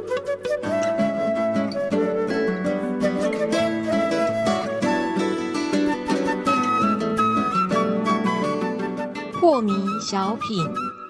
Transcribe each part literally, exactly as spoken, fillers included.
破迷小品。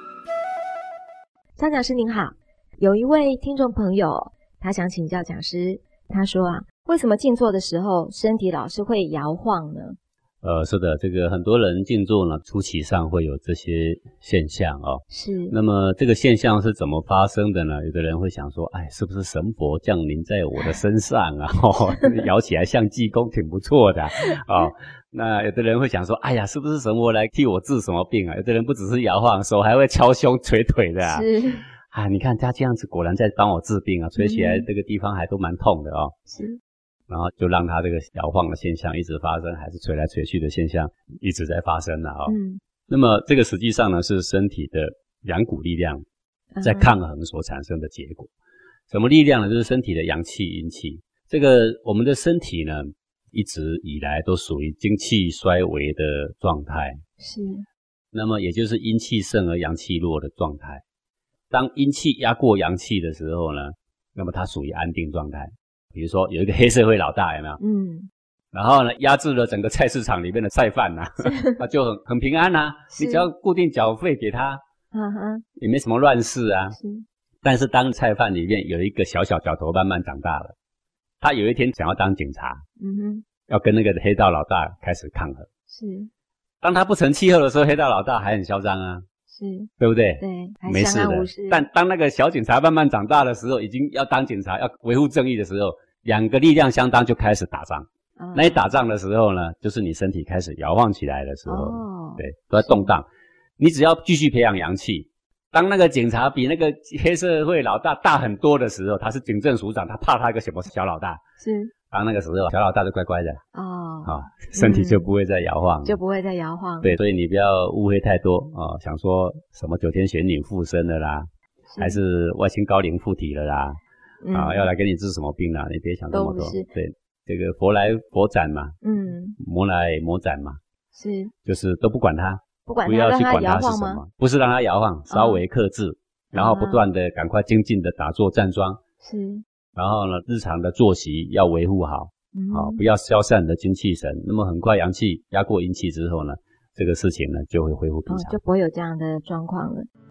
张讲师您好，有一位听众朋友，他想请教讲师，他说啊，为什么静坐的时候身体老是会摇晃呢？ 呃，是的，这个很多人静坐呢，初期上会有这些现象哦。 是。 那么这个现象是怎么发生的呢？有的人会想说，哎，是不是神佛降临在我的身上啊？哦，摇起来像济公，挺不错的啊。哦，那有的人会想说，哎呀，是不是神佛来替我治什么病啊？有的人不只是摇晃手，还会敲胸捶腿的啊。 是。 啊，你看他这样子，果然在帮我治病啊，捶起来这个地方还都蛮痛的哦。 是。 然后就让他这个摇晃的现象一直发生，还是捶来捶去的现象一直在发生了哦。 嗯。 那么这个实际上呢，是身体的阳骨力量在抗衡所产生的结果。嗯、什么力量呢？就是身体的阳气、阴气。这个我们的身体呢，一直以来都属于精气衰微的状态。 是。那么也就是阴气盛而阳气弱的状态。当阴气压过阳气的时候呢，那么它属于安定状态。比如说有一个黑社会老大，有没有？嗯。然后呢，压制了整个菜市场里面的菜贩呐、啊，他就很很平安啊。你只要固定缴费给他，嗯哼，也没什么乱事啊。是。但是当菜贩里面有一个小小角头慢慢长大了，他有一天想要当警察，嗯哼，要跟那个黑道老大开始抗衡。是。当他不成气候的时候，黑道老大还很嚣张啊。是，对不对？ 对， 没事的。但当那个小警察慢慢长大的时候，已经要当警察，要维护正义的时候，两个力量相当就开始打仗。嗯、那一打仗的时候呢，就是你身体开始摇晃起来的时候，哦、对，都在动荡。你只要继续培养阳气，当那个警察比那个黑社会老大大很多的时候，他是警政署长，他怕他一个什么小老大？是。当那个时候，小老大就乖乖的哦，啊，身体就不会再摇晃了、嗯， 就不会再摇晃。 对，所以你不要误会太多啊、呃，想说什么九天玄女附身了啦，是还是外星高龄附体了啦，嗯、啊，要来给你治什么病啦？你别想这么多。对，这个佛来佛斩嘛，嗯，魔来魔斩嘛，是，就是都不管它， 不管它， 不要去管它是什么，不是让它摇晃，稍微克制，哦、然后不断的赶快精进的打坐站桩，是。然后呢，日常的作息要维护好，嗯、好，不要消散你的精气神。那么很快阳气压过阴气之后呢，这个事情呢就会恢复平常、 哦，就不会有这样的状况了。